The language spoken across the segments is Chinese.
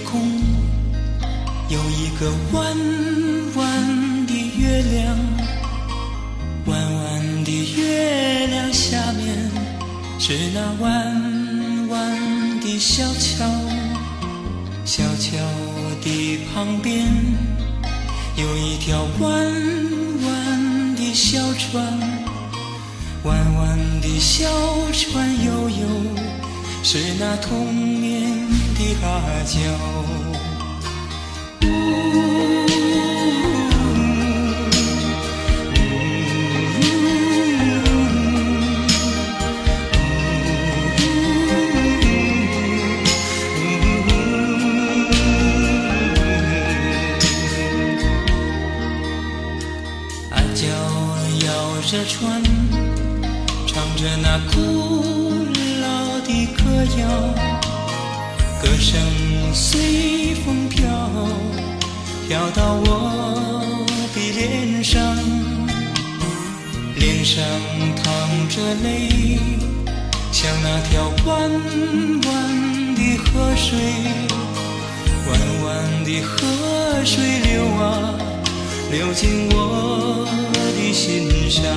空，有一个弯弯的月亮，弯弯的月亮下面是那弯弯的小桥，小桥的旁边有一条弯弯的小船，弯弯的小船悠悠，是那童年的阿娇。阿娇摇着船，唱着那古老的歌谣，歌声随风飘，飘到我的脸上，脸上淌着泪，像那条弯弯的河水，弯弯的河水流啊流进我的心上。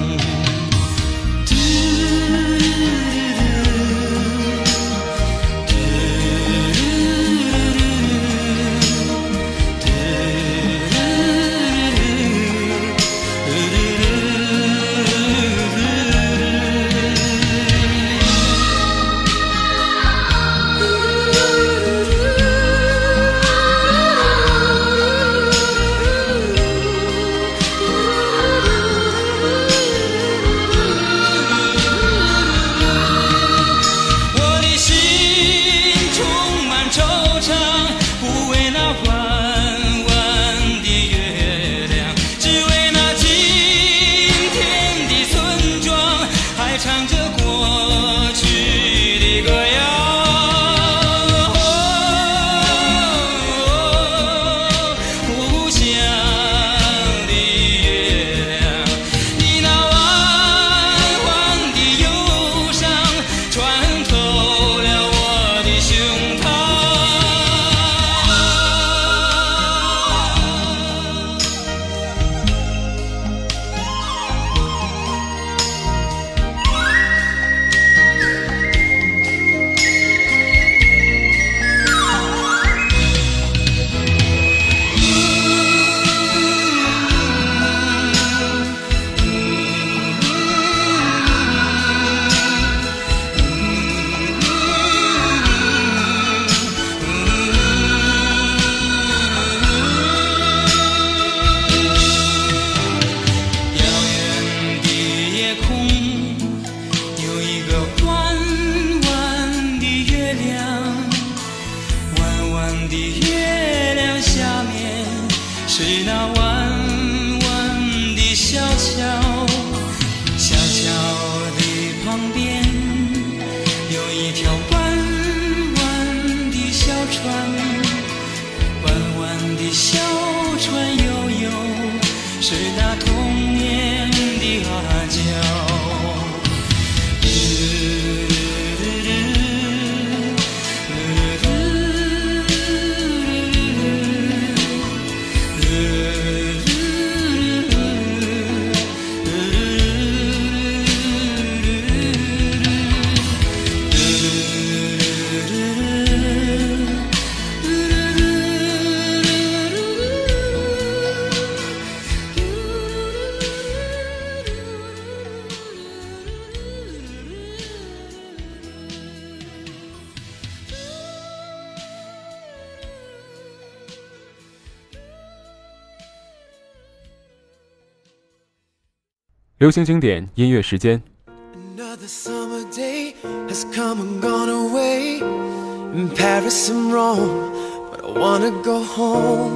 流行经典音乐时间。 Another summer day has come and gone away. In Paris and Rome, but I wanna go home.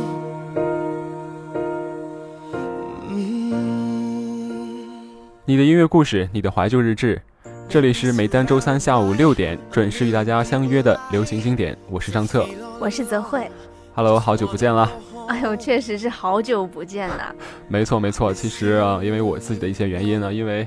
你的音乐故事，你的怀旧日志，这里是每单周三下午6点准时与大家相约的流行经典，我是张策， 我是泽慧。 Hello， 好久不见了。 哎呦，确实是好久不见了。 没错，其实因为我自己的一些原因呢，因为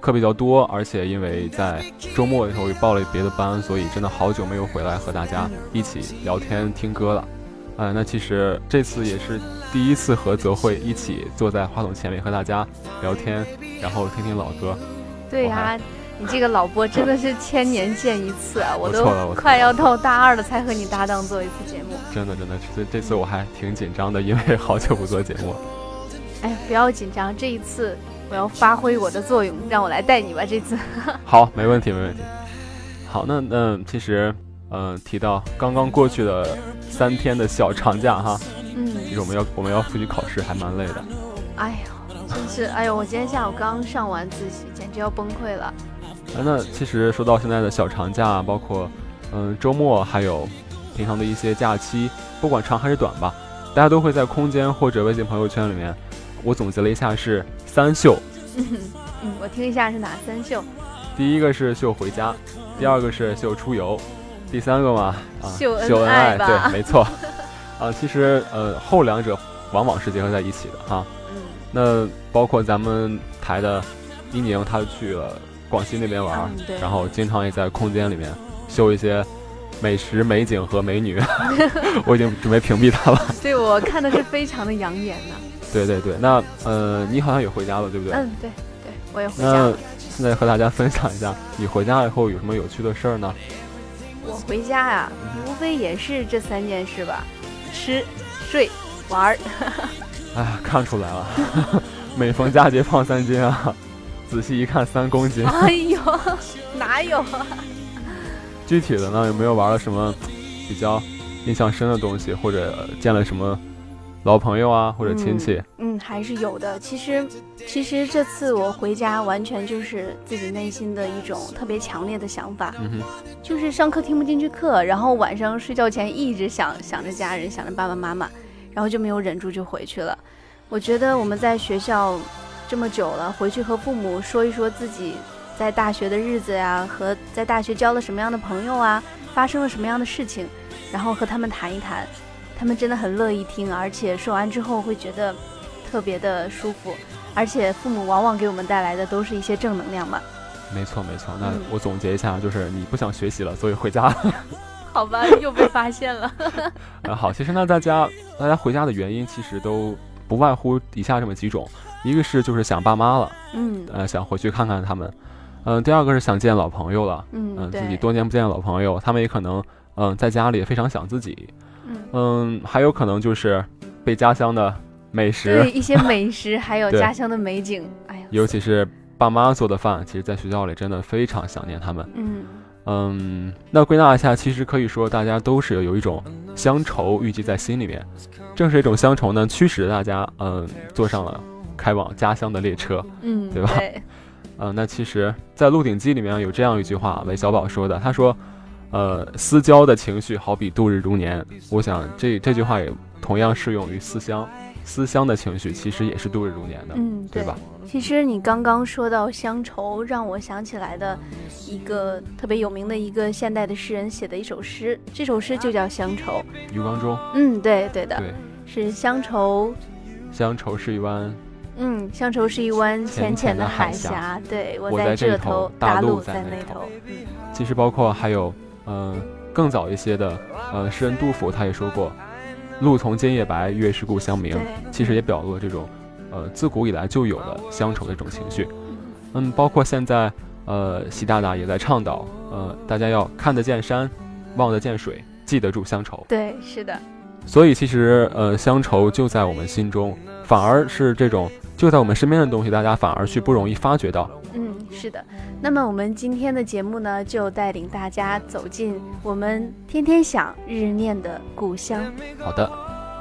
课比较多，而且因为在周末的时候也报了别的班，所以真的好久没有回来和大家一起聊天听歌了。那其实这次也是第一次和泽慧一起坐在话筒前面和大家聊天，然后听听老歌。 对呀，你这个老播真的是千年见一次啊！我都我快要到大2了才和你搭档做一次节目。 真的，这次我还挺紧张的，因为好久不做节目。 哎，不要紧张，这一次我要发挥我的作用，让我来带你吧。这次好，没问题。好，那其实提到刚刚过去的3天的小长假哈，其实我们要复习考试，还蛮累的。 哎呦，真是哎呦，我今天下午刚上完自习，简直要崩溃了。 那其实说到现在的小长假，包括周末还有平常的一些假期，不管长还是短吧，大家都会在空间或者微信朋友圈里面，我总结了一下是3秀。 我听一下是哪3秀？ 第一个是秀回家，第二个是秀出游，第3个嘛秀恩爱吧。 对，没错。其实后2者往往是结合在一起的哈。那包括咱们台的一宁，他去了广西那边玩，然后经常也在空间里面秀一些美食美景和美女。我已经准备屏蔽他了。 对，我看的是非常的养眼呢。 对，那你好像也回家了，对不对？ 对，我也回家了。 现在和大家分享一下你回家以后有什么有趣的事儿呢？ 我回家呀，无非也是这3件事吧，吃、睡、玩。 哎呀，看出来了，每逢佳节胖3斤啊，仔细一看3公斤。 哎呦，哪有啊？ 具体的呢，有没有玩了什么比较印象深的东西，或者见了什么老朋友啊，或者亲戚？ 还是有的。其实这次我回家完全就是自己内心的一种特别强烈的想法，就是上课听不进去课，然后晚上睡觉前一直想着家人，想着爸爸妈妈，然后就没有忍住就回去了。我觉得我们在学校这么久了，回去和父母说一说自己在大学的日子呀，和在大学交了什么样的朋友啊，发生了什么样的事情，然后和他们谈一谈，他们真的很乐意听，而且说完之后会觉得特别的舒服，而且父母往往给我们带来的都是一些正能量嘛。 没错。那我总结一下，就是你不想学习了，所以回家了。 好吧，又被发现了。 好，其实呢，大家回家的原因其实都不外乎以下这么几种，一个是就是想爸妈了，想回去看看他们，第二个是想见老朋友了，自己多年不见的老朋友，他们也可能在家里也非常想自己，还有可能就是被家乡的美食， 对一些美食还有家乡的美景，哎呀， 尤其是爸妈做的饭，其实在学校里真的非常想念他们。那归纳一下，其实可以说大家都是有一种乡愁郁积在心里面，正是一种乡愁呢，驱使大家坐上了开往家乡的列车，对吧？ 对。 那其实在《鹿鼎记》里面有这样一句话，韦小宝说的，他说思交的情绪好比度日如年。我想这句话也同样适用于思乡的情绪，其实也是度日如年的，对吧？ 其实你刚刚说到乡愁，让我想起来的一个特别有名的一个现代的诗人写的一首诗，这首诗就叫《乡愁》。 余光中。 对的， 对， 是乡愁是一湾， 乡愁是一湾浅浅的海峡，对，我在这头，大陆在那头。 其实包括还有更早一些的诗人杜甫，他也说过路从今夜白，月是故乡明，其实也表露了这种自古以来就有的乡愁的这种情绪。包括现在习大大也在倡导大家要看得见山，望得见水，记得住乡愁。 对，是的。 所以其实乡愁就在我们心中，反而是这种就在我们身边的东西，大家反而去不容易发觉到。 是的。那么我们今天的节目呢，就带领大家走进我们天天想日日念的故乡。 好的。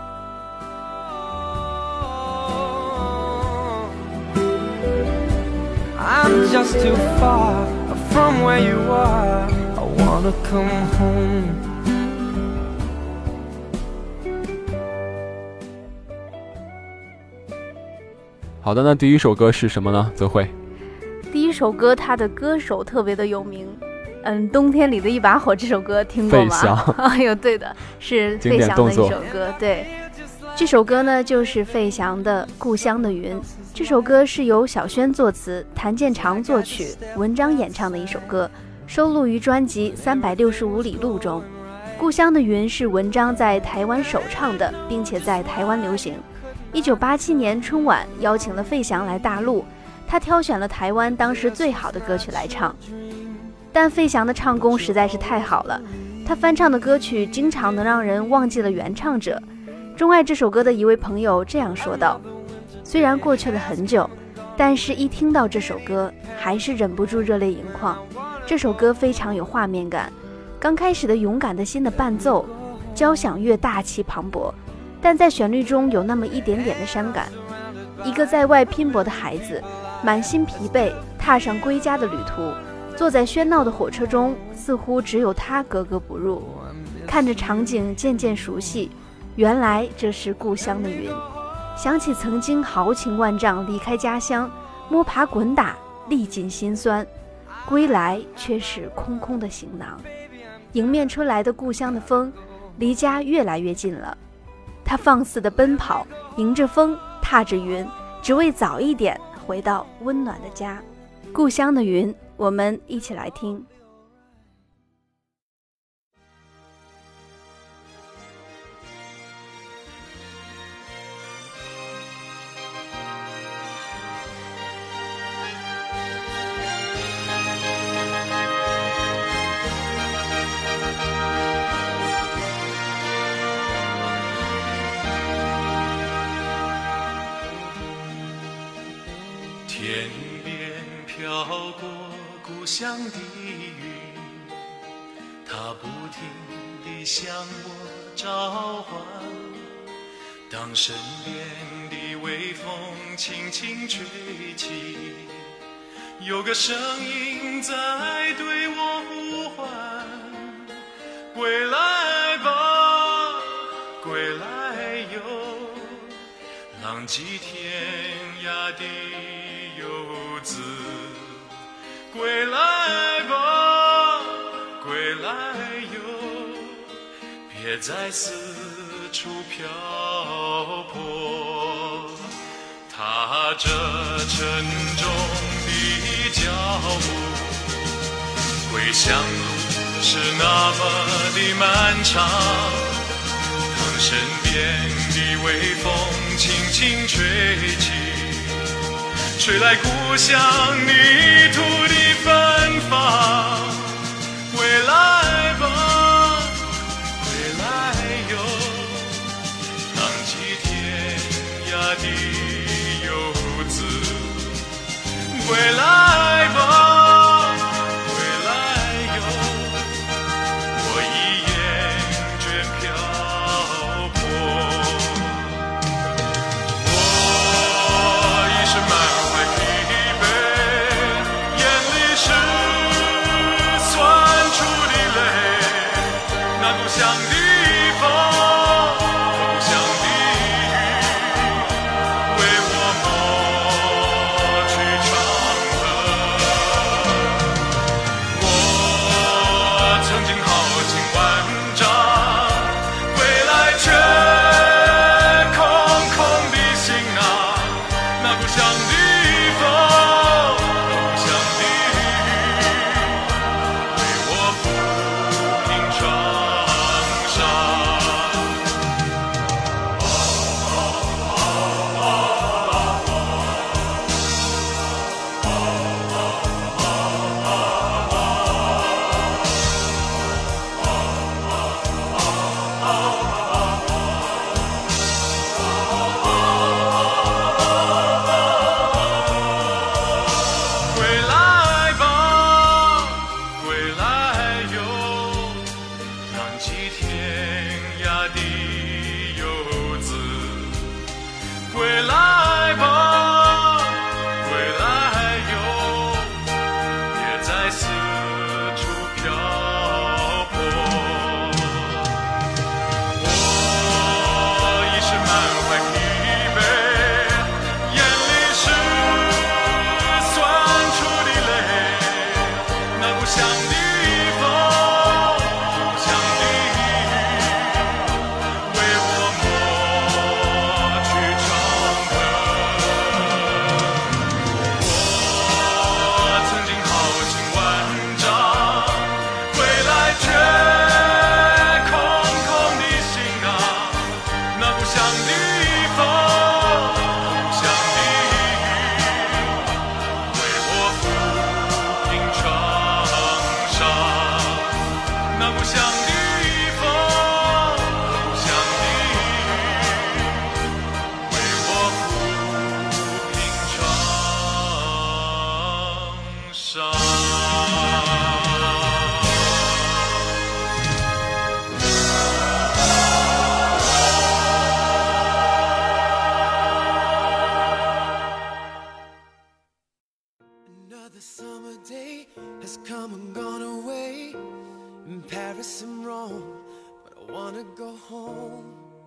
I'm just too far from where you are. I wanna come home. 好的，那第一首歌是什么呢？泽慧。 第一首歌，它的歌手特别的有名，冬天里的一把火这首歌听过吗？ 费翔。 哎呦，对的，是费翔的一首歌。对， 这首歌呢就是费翔的《故乡的云》。这首歌是由小轩作词，谭健常作曲，文章演唱的一首歌，收录于专辑《365里路》中。《故乡的云》是文章在台湾首唱的，并且在台湾流行。1987年春晚邀请了费翔来大陆，他挑选了台湾当时最好的歌曲来唱。但费翔的唱功实在是太好了，他翻唱的歌曲经常能让人忘记了原唱者。钟爱这首歌的一位朋友这样说道：虽然过去了很久，但是一听到这首歌还是忍不住热泪盈眶。这首歌非常有画面感，刚开始的勇敢的心的伴奏，交响乐大气磅礴，但在旋律中有那么一点点的伤感。一个在外拼搏的孩子，满心疲惫踏上归家的旅途，坐在喧闹的火车中，似乎只有他格格不入。看着场景渐渐熟悉，原来这是故乡的云。想起曾经豪情万丈离开家乡，摸爬滚打历尽辛酸，归来却是空空的行囊。迎面吹来的故乡的风，离家越来越近了。他放肆地奔跑，迎着风，踏着云，只为早一点回到温暖的家。故乡的云，我们一起来听。 天边飘过故乡的云，它不停地向我召唤。当身边的微风轻轻吹起，有个声音在对我呼唤：归来吧，归来哟，浪迹天涯的游子，归来吧，归来哟，别再四处漂泊。踏着沉重的脚步，归乡路是那么的漫长。当身边的微风轻轻吹起，吹来故乡泥土的芬芳。归来吧，归来哟，浪迹天涯的游子，归来吧，归来哟，我已厌倦漂泊。我一生满怀疲惫，眼里是酸楚的泪，那故乡的风，故乡的雨，为我抹去长河。 has come and gone away. In Paris and Rome, but I wanna go home.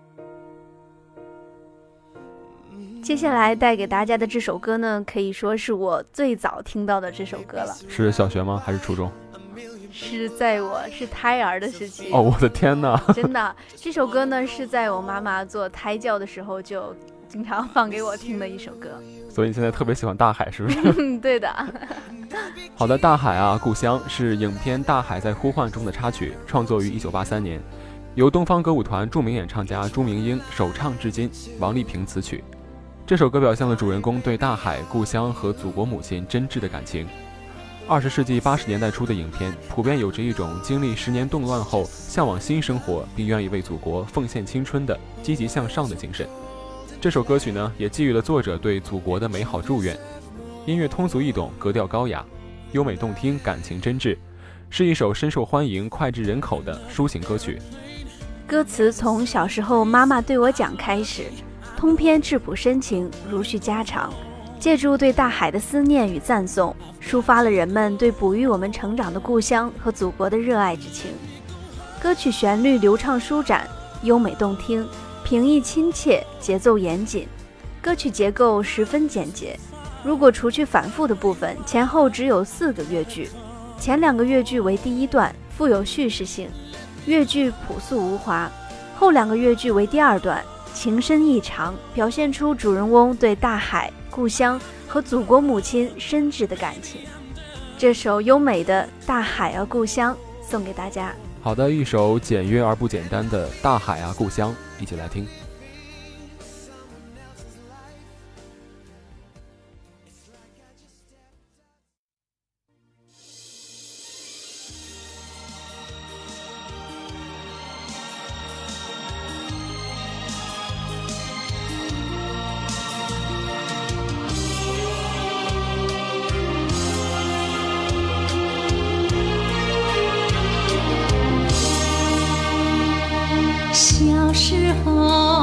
接下来带给大家的这首歌呢，可以说是我最早听到的这首歌了。 是小学吗？还是初中？ 是在我是胎儿的时期。 哦，我的天哪！ 真的，这首歌呢是在我妈妈做胎教的时候就经常放给我听的一首歌。 所以你现在特别喜欢大海，是不是？ 对的。 好的，大海啊，故乡是影片《大海在呼唤》中的插曲，创作于1983年，由东方歌舞团著名演唱家朱明英首唱至今，王丽萍词曲。这首歌表现了主人公对大海、故乡和祖国母亲真挚的感情。20世纪80年代初的影片，普遍有着一种经历10年动乱后向往新生活，并愿意为祖国奉献青春的积极向上的精神。这首歌曲呢，也寄予了作者对祖国的美好祝愿。音乐通俗易懂，格调高雅，优美动听，感情真挚，是一首深受欢迎、脍炙人口的抒情歌曲。 歌词从小时候妈妈对我讲开始，通篇质朴深情，如叙家常，借助对大海的思念与赞颂，抒发了人们对哺育我们成长的故乡和祖国的热爱之情。歌曲旋律流畅舒展，优美动听，平易亲切，节奏严谨。歌曲结构十分简洁，如果除去反复的部分，前后只有4个乐句。前2个乐句为第一段，富有叙事性，乐句朴素无华；后2个乐句为第二段，情深意长，表现出主人翁对大海、故乡和祖国母亲深挚的感情。这首优美的《大海啊故乡》送给大家。 好的，一首简约而不简单的《大海啊故乡》，一起来听。 小时候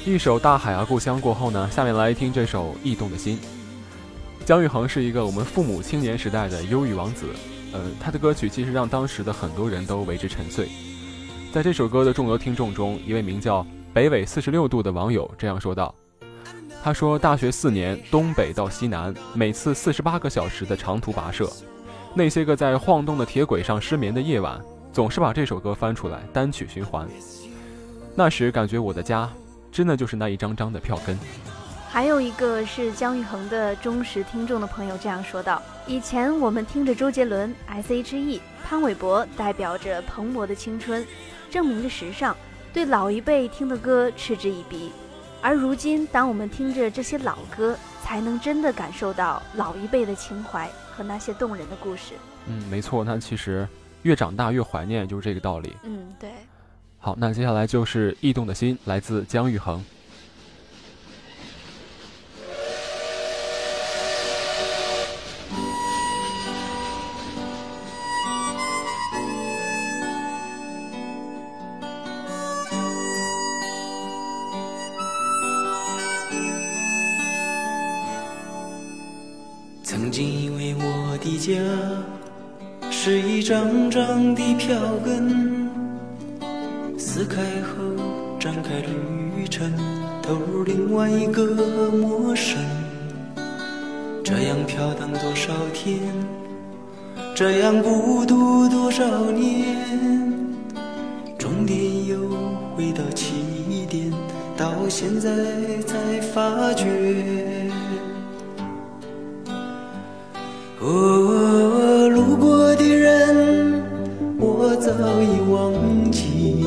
一首《大海啊故乡》过后呢，下面来听这首《驿动的心》。姜育恒是一个我们父母青年时代的忧郁王子，他的歌曲其实让当时的很多人都为之沉睡。在这首歌的众多听众中，一位名叫北纬46度的网友这样说道，他说大学4年东北到西南，每次48个小时的长途跋涉，那些个在晃动的铁轨上失眠的夜晚，总是把这首歌翻出来单曲循环。那时感觉我的家真的就是那一张张的票根。 还有一个是姜育恒的忠实听众的朋友这样说道，以前我们听着周杰伦、S.H.E、潘玮柏，代表着蓬勃的青春，证明着时尚，对老一辈听的歌嗤之以鼻。而如今当我们听着这些老歌，才能真的感受到老一辈的情怀和那些动人的故事。 没错，那其实越长大越怀念，就是这个道理。 对。 好，那接下来就是《驿动的心》，来自姜育恒。 曾经以为我的家是一张张的票根，撕开后展开旅程，投入另外一个陌生。这样飘荡多少天，这样孤独多少年，终点又回到起点，到现在才发觉。路过的人我早已忘记，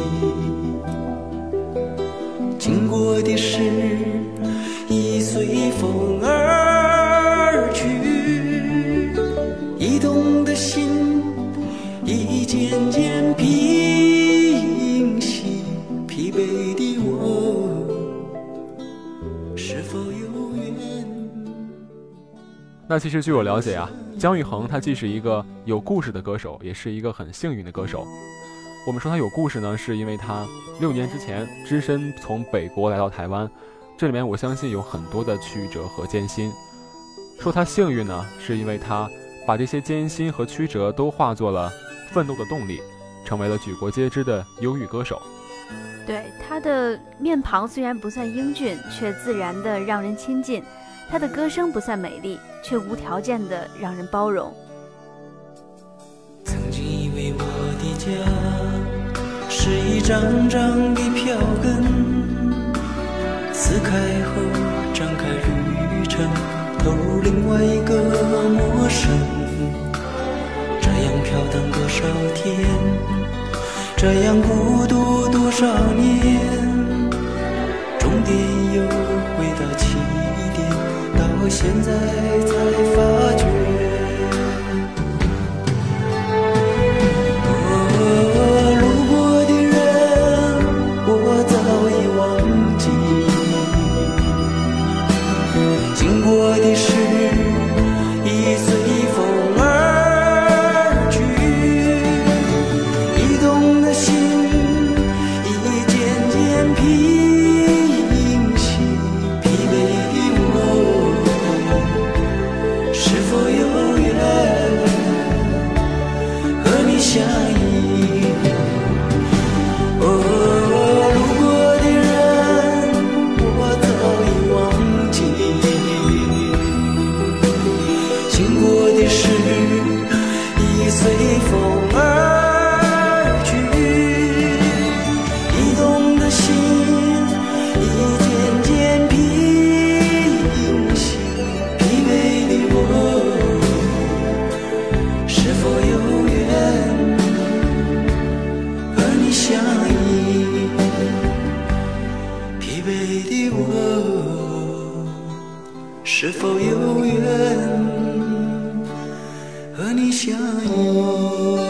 经过的事已随风而去，驿动的心已渐渐平息，疲惫的我是否有缘。 那其实据我了解啊，姜育恒他既是一个有故事的歌手，也是一个很幸运的歌手。我们说他有故事呢，是因为他6年之前只身从北国来到台湾，这里面我相信有很多的曲折和艰辛。说他幸运呢，是因为他把这些艰辛和曲折都化作了奋斗的动力，成为了举国皆知的忧郁歌手。 对，他的面庞虽然不算英俊，却自然的让人亲近。他的歌声不算美丽，却无条件的让人包容。 曾经以为我的家是一张张的票根，撕开后展开旅程，投入另外一个陌生。这样飘荡多少天，这样孤独多少年，终点又回到起点，到现在才发觉。路过的人我早已忘记，经过的事已随风而去，驿动的心已渐渐平息，疲惫的我是否有缘和你相依。路过的人我早已忘记，经过的事已随风而去，驿动的心已渐渐平息，疲惫的我是否有缘和你相依，疲惫的我是否有缘和你相依。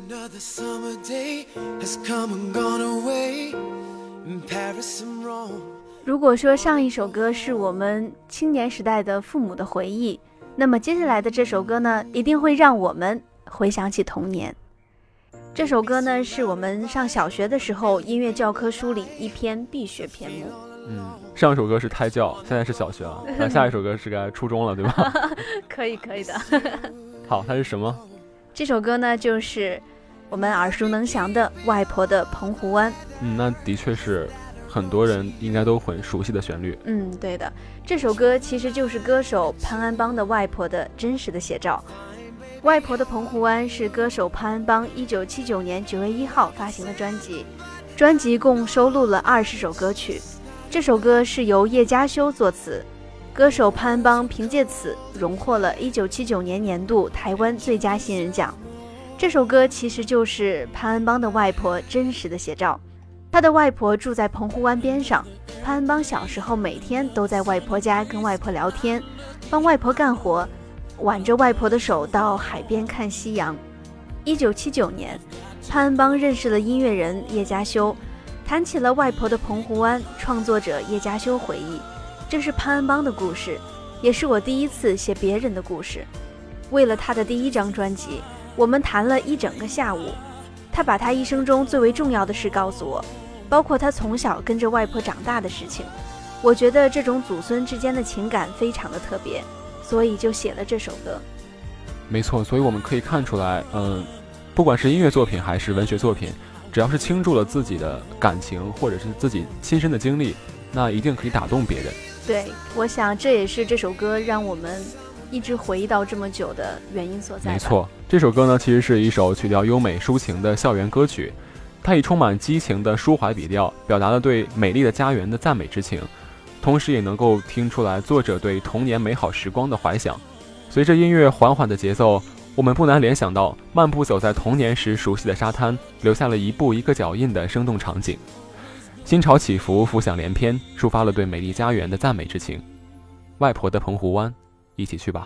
Another summer day has come and gone away in Paris and Rome。 如果说上一首歌是我们青年时代的父母的回忆，那么接下来的这首歌呢，一定会让我们回想起童年。这首歌呢，是我们上小学的时候音乐教科书里一篇必学篇目。 上一首歌是胎教，现在是小学了，那下一首歌是该初中了，对吧？ 可以的。 好，它是什么？ 这首歌呢，就是我们耳熟能详的《外婆的澎湖湾》。 那的确是很多人应该都很熟悉的旋律。 对的，这首歌其实就是歌手潘安邦的外婆的真实的写照。《外婆的澎湖湾》是歌手潘安邦1979年9月1号发行的专辑，专辑共收录了20首歌曲。这首歌是由叶嘉修作词，歌手潘安邦凭借此荣获了1979年年度台湾最佳新人奖。这首歌其实就是潘安邦的外婆真实的写照。他的外婆住在澎湖湾边上，潘安邦小时候每天都在外婆家跟外婆聊天，帮外婆干活，挽着外婆的手到海边看夕阳。1979年，潘安邦认识了音乐人叶嘉修，谈起了外婆的澎湖湾，创作者叶嘉修回忆，这是潘安邦的故事，也是我第一次写别人的故事。为了他的第1张专辑，我们谈了一整个下午，他把他一生中最为重要的事告诉我，包括他从小跟着外婆长大的事情。我觉得这种祖孙之间的情感非常的特别，所以就写了这首歌。 没错，所以我们可以看出来，不管是音乐作品还是文学作品，只要是倾注了自己的感情或者是自己亲身的经历，那一定可以打动别人。 对，我想这也是这首歌让我们一直回忆到这么久的原因所在。 没错，这首歌呢其实是一首曲调优美抒情的校园歌曲，它以充满激情的抒怀笔调，表达了对美丽的家园的赞美之情，同时也能够听出来作者对童年美好时光的怀想。随着音乐缓缓的节奏，我们不难联想到漫步走在童年时熟悉的沙滩，留下了一步一个脚印的生动场景。心潮起伏，浮想联翩，抒发了对美丽家园的赞美之情。外婆的澎湖湾，一起去吧。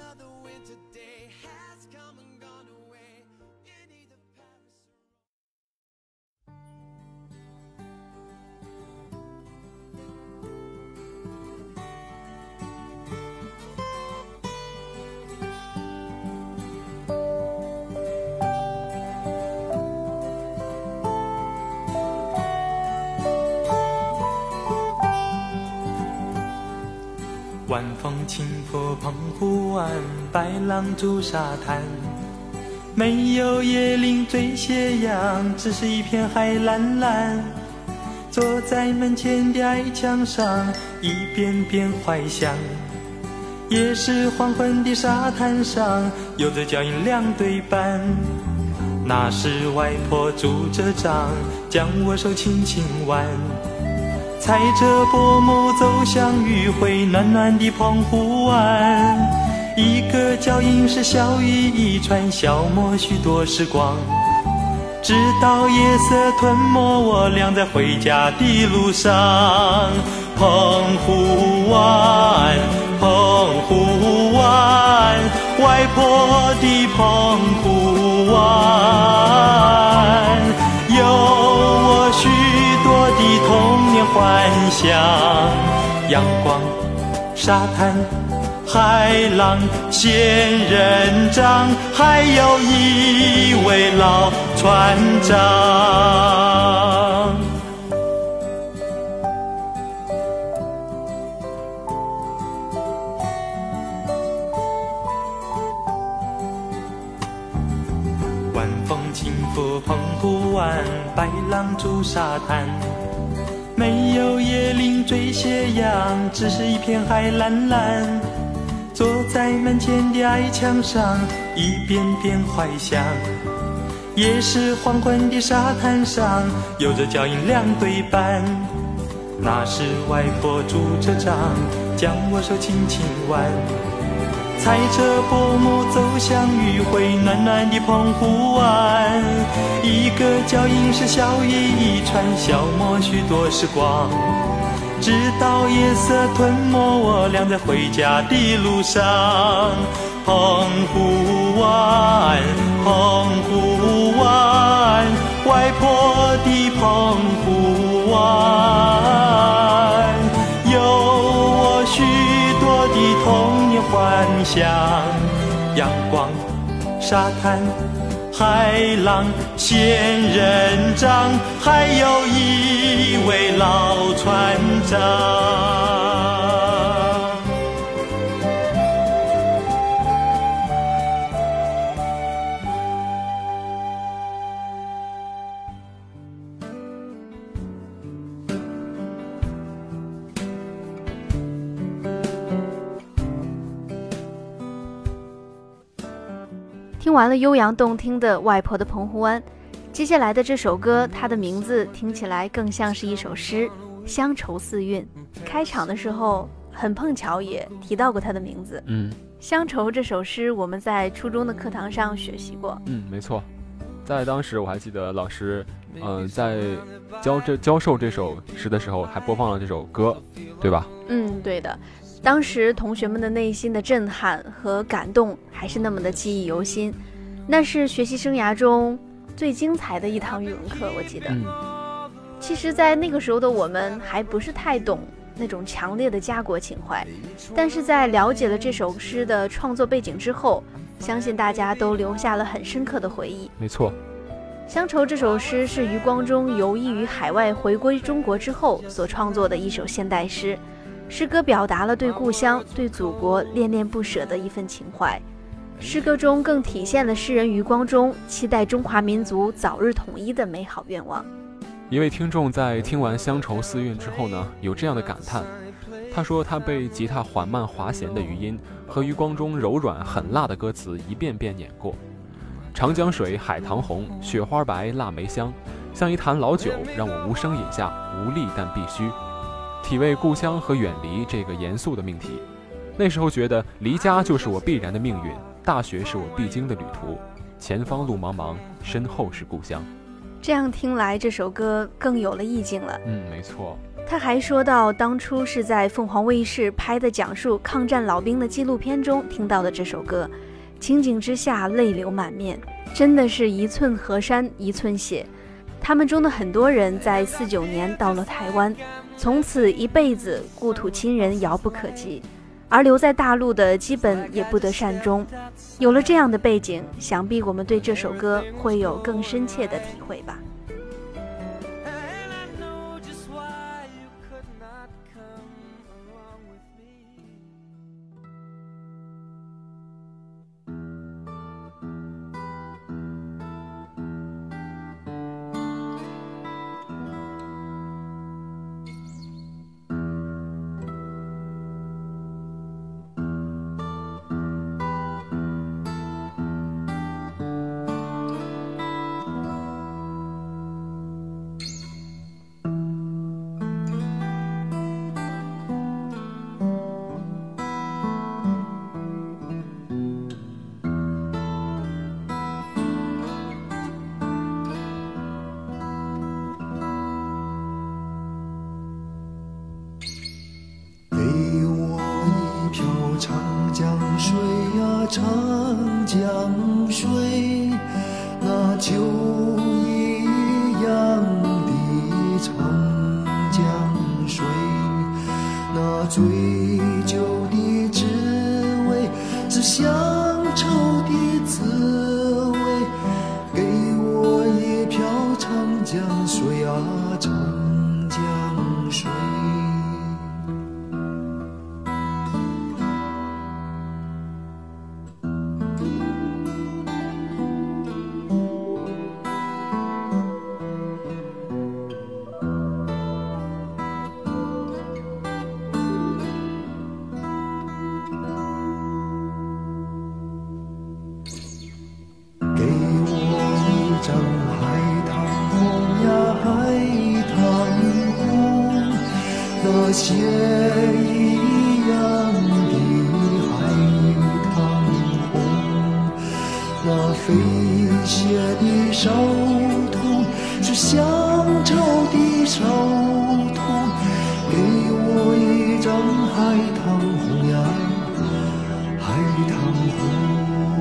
晚风轻拂澎湖湾，白浪逐沙滩，没有椰林缀斜阳，只是一片海蓝蓝。坐在门前的矮墙上，一遍遍怀想。也是黄昏的沙滩上，有着脚印2对半。那时外婆拄着杖，将我手轻轻挽。踩着薄暮走向余晖，暖暖的澎湖湾，一个脚印是小雨一串，消磨许多时光。直到夜色吞没我俩在回家的路上。澎湖湾，澎湖湾，外婆的澎湖湾，有我许多的童年幻想。阳光、沙滩、海浪、仙人掌，还有一位老船长。晚风轻拂澎湖湾，白浪逐沙滩，没有椰林缀斜阳，只是一片海蓝蓝。坐在门前的矮墙上，一遍遍怀想。也是黄昏的沙滩上，有着脚印2对半。那时外婆拄着杖，将我手轻轻挽。踩着薄暮走向余晖，暖暖的澎湖湾，一个脚印是小雨一串，消磨许多时光。直到夜色吞没我俩在回家的路上。 澎湖湾，澎湖湾，外婆的澎湖湾，有我许多的童年幻想，阳光、沙滩、海浪、仙人掌，还有一位老船长。 听完了悠扬动听的外婆的澎湖湾，接下来的这首歌，它的名字听起来更像是一首诗，乡愁四韵。开场的时候很碰巧也提到过它的名字。乡愁这首诗我们在初中的课堂上学习过。 没错，在当时我还记得老师在教授这首诗的时候还播放了这首歌，对吧？ 对的。当时同学们的内心的震撼和感动还是那么的记忆犹新，那是学习生涯中最精彩的一堂语文课，我记得。其实在那个时候的我们还不是太懂那种强烈的家国情怀，但是在了解了这首诗的创作背景之后，相信大家都留下了很深刻的回忆。 没错， 乡愁这首诗是余光中游弋于海外回归中国之后所创作的一首现代诗。诗歌表达了对故乡、对祖国恋恋不舍的一份情怀。诗歌中更体现了诗人余光中期待中华民族早日统一的美好愿望。 一位听众在听完乡愁四韵之后呢，有这样的感叹，他说他被吉他缓慢滑弦的余音和余光中柔软狠辣的歌词一遍遍碾过。长江水，海棠红，雪花白，腊梅香，像一坛老酒，让我无声饮下，无力但必须。体味故乡和远离这个严肃的命题。那时候觉得离家就是我必然的命运，大学是我必经的旅途，前方路茫茫，身后是故乡。 这样听来这首歌更有了意境了。 没错。 他还说到当初是在凤凰卫视拍的讲述抗战老兵的纪录片中听到的这首歌，情景之下泪流满面，真的是一寸河山一寸血。他们中的很多人在49年到了台湾，从此一辈子故土亲人遥不可及，而留在大陆的基本也不得善终。有了这样的背景，想必我们对这首歌会有更深切的体会吧。 长江水，那秋一样的长江水，那醉酒的滋味是乡愁的滋味，给我一瓢长江水啊，长江水。那血一样的海棠红，那飞雪的烧土是乡愁的烧土，给我一张海棠红呀，海塘湖。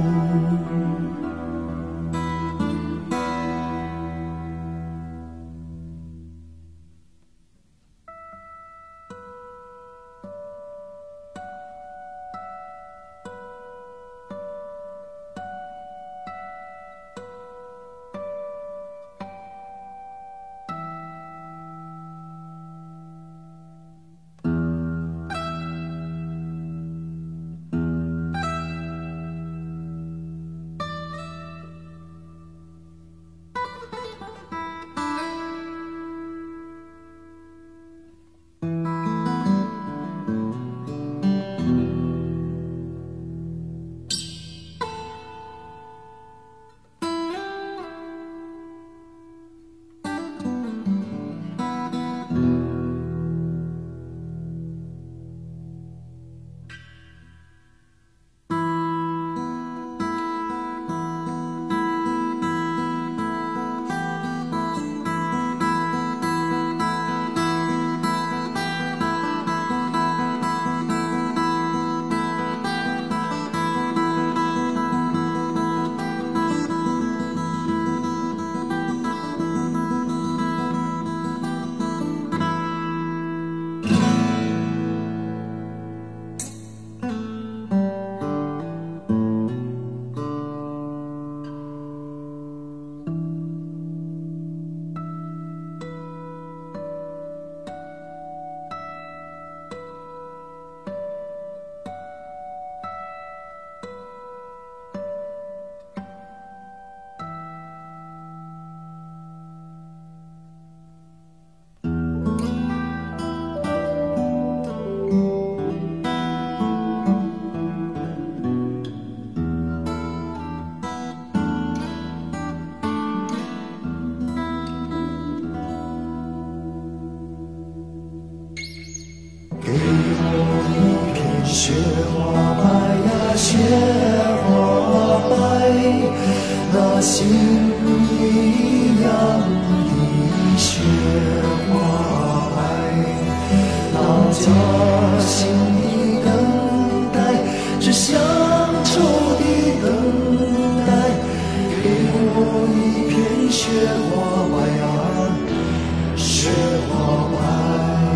雪花白呀，雪花白，那心一样的雪花白，那家乡的等待，是乡愁的等待，给我一片雪花白呀，雪花白。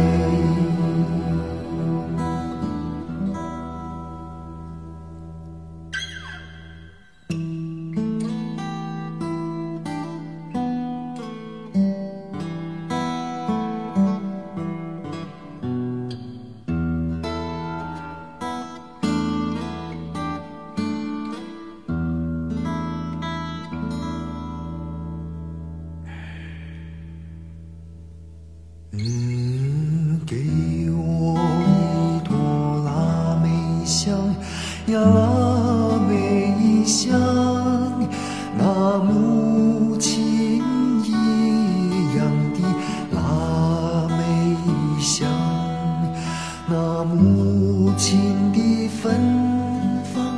给我一朵腊梅香呀，腊梅香，那母亲一样的腊梅香，那母亲的芬芳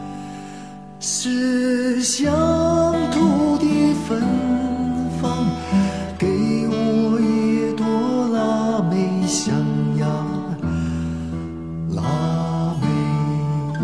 是乡土的芬芳，给我一朵腊梅香呀，腊梅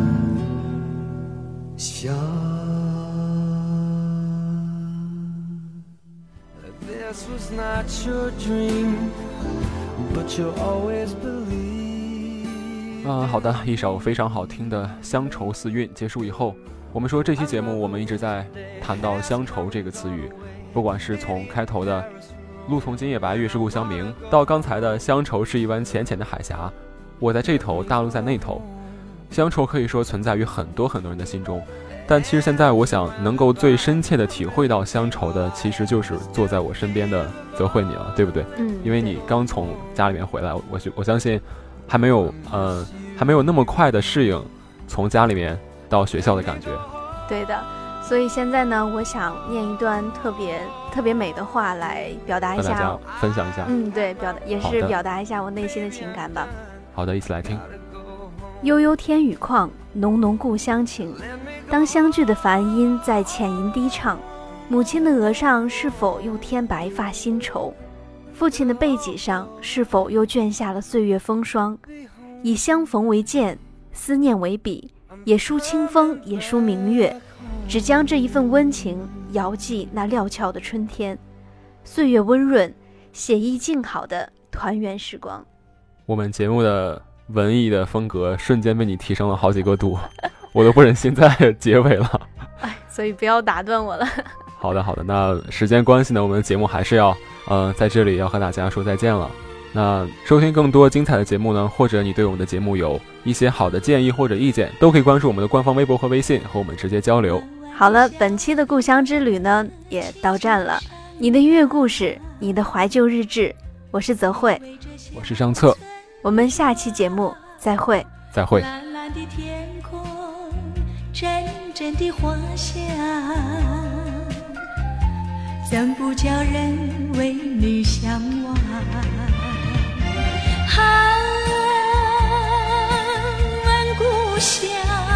香。This was not your dream, but you'll always believe. 好的，一首非常好听的《乡愁四韵》结束以后，我们说这期节目我们一直在谈到乡愁这个词语，不管是从开头的路从今夜白，月是故乡明，到刚才的乡愁是一湾浅浅的海峡，我在这头，大陆在那头。乡愁可以说存在于很多很多人的心中，但其实现在我想能够最深切的体会到乡愁的，其实就是坐在我身边的泽慧你了，对不对？因为你刚从家里面回来，我相信还没有那么快的适应从家里面到学校的感觉。 对的，所以现在呢，我想念一段特别美的话来表达一下， 和大家分享一下。 对，也是表达一下我内心的情感吧。 好的，一起来听。 悠悠天宇旷，浓浓故乡情。当相聚的梵音在浅吟低唱，母亲的额上是否又添白发新愁？父亲的背脊上是否又卷下了岁月风霜？以相逢为鉴，思念为笔， 也书清风，也书明月，只将这一份温情遥寄那料峭的春天。岁月温润，写意静好的团圆时光。 我们节目的文艺的风格瞬间被你提升了好几个度，我都不忍心再结尾了。 所以不要打断我了。 好的，那时间关系呢，我们的节目还是要在这里要和大家说再见了。那收听更多精彩的节目呢，或者你对我们的节目有一些好的建议或者意见，都可以关注我们的官方微博和微信，和我们直接交流。 好了，本期的故乡之旅呢也到站了。你的音乐故事，你的怀旧日志，我是泽慧， 我是上策， 我们下期节目再会。 蓝蓝的天空，阵阵的花香，怎不叫人为你向往？问故乡，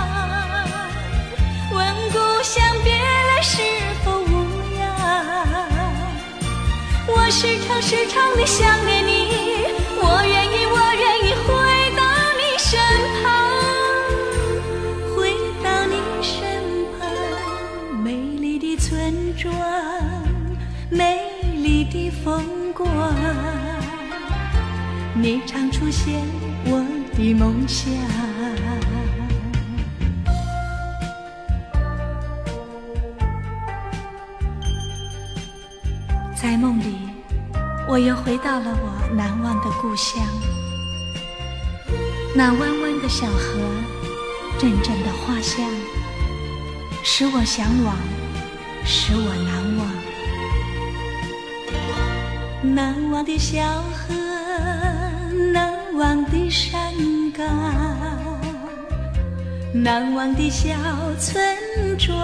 问故乡，别来是否无恙？我时常地想念你，我愿意回到你身旁，回到你身旁。美丽的村庄，美丽的风光，你常出现我的梦想。在梦里，我又回到了我难忘的故乡。那弯弯的小河，阵阵的花香，使我向往，使我难忘。难忘的小河，难忘的山岗，难忘的小村庄，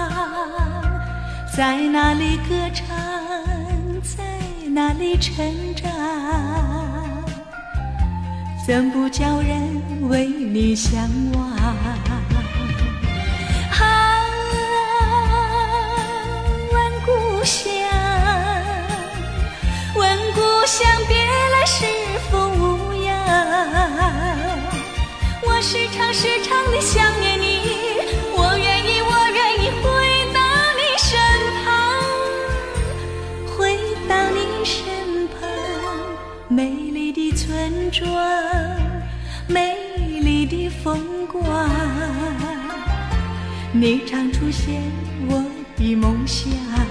在哪里歌唱，在哪里成长，怎不叫人为你向往？问故乡，问故乡，别来是否无恙？我时常地想念你，我愿意回到你身旁，回到你身旁。美丽的村庄，美丽的风光，你常出现我的梦想。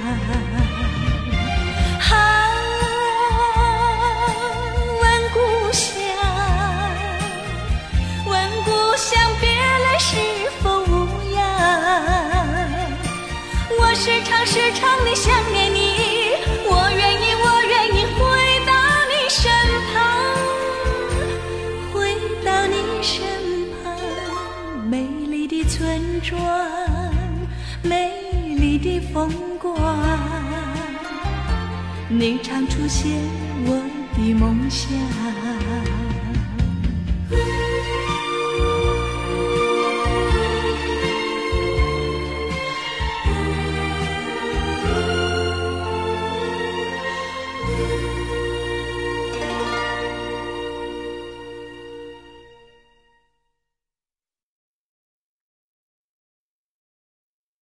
问故乡，问故乡，别来是否无恙？我时常地想念你，我愿意回到你身旁，回到你身旁。美丽的村庄，美丽的风光，你常出现我的梦想。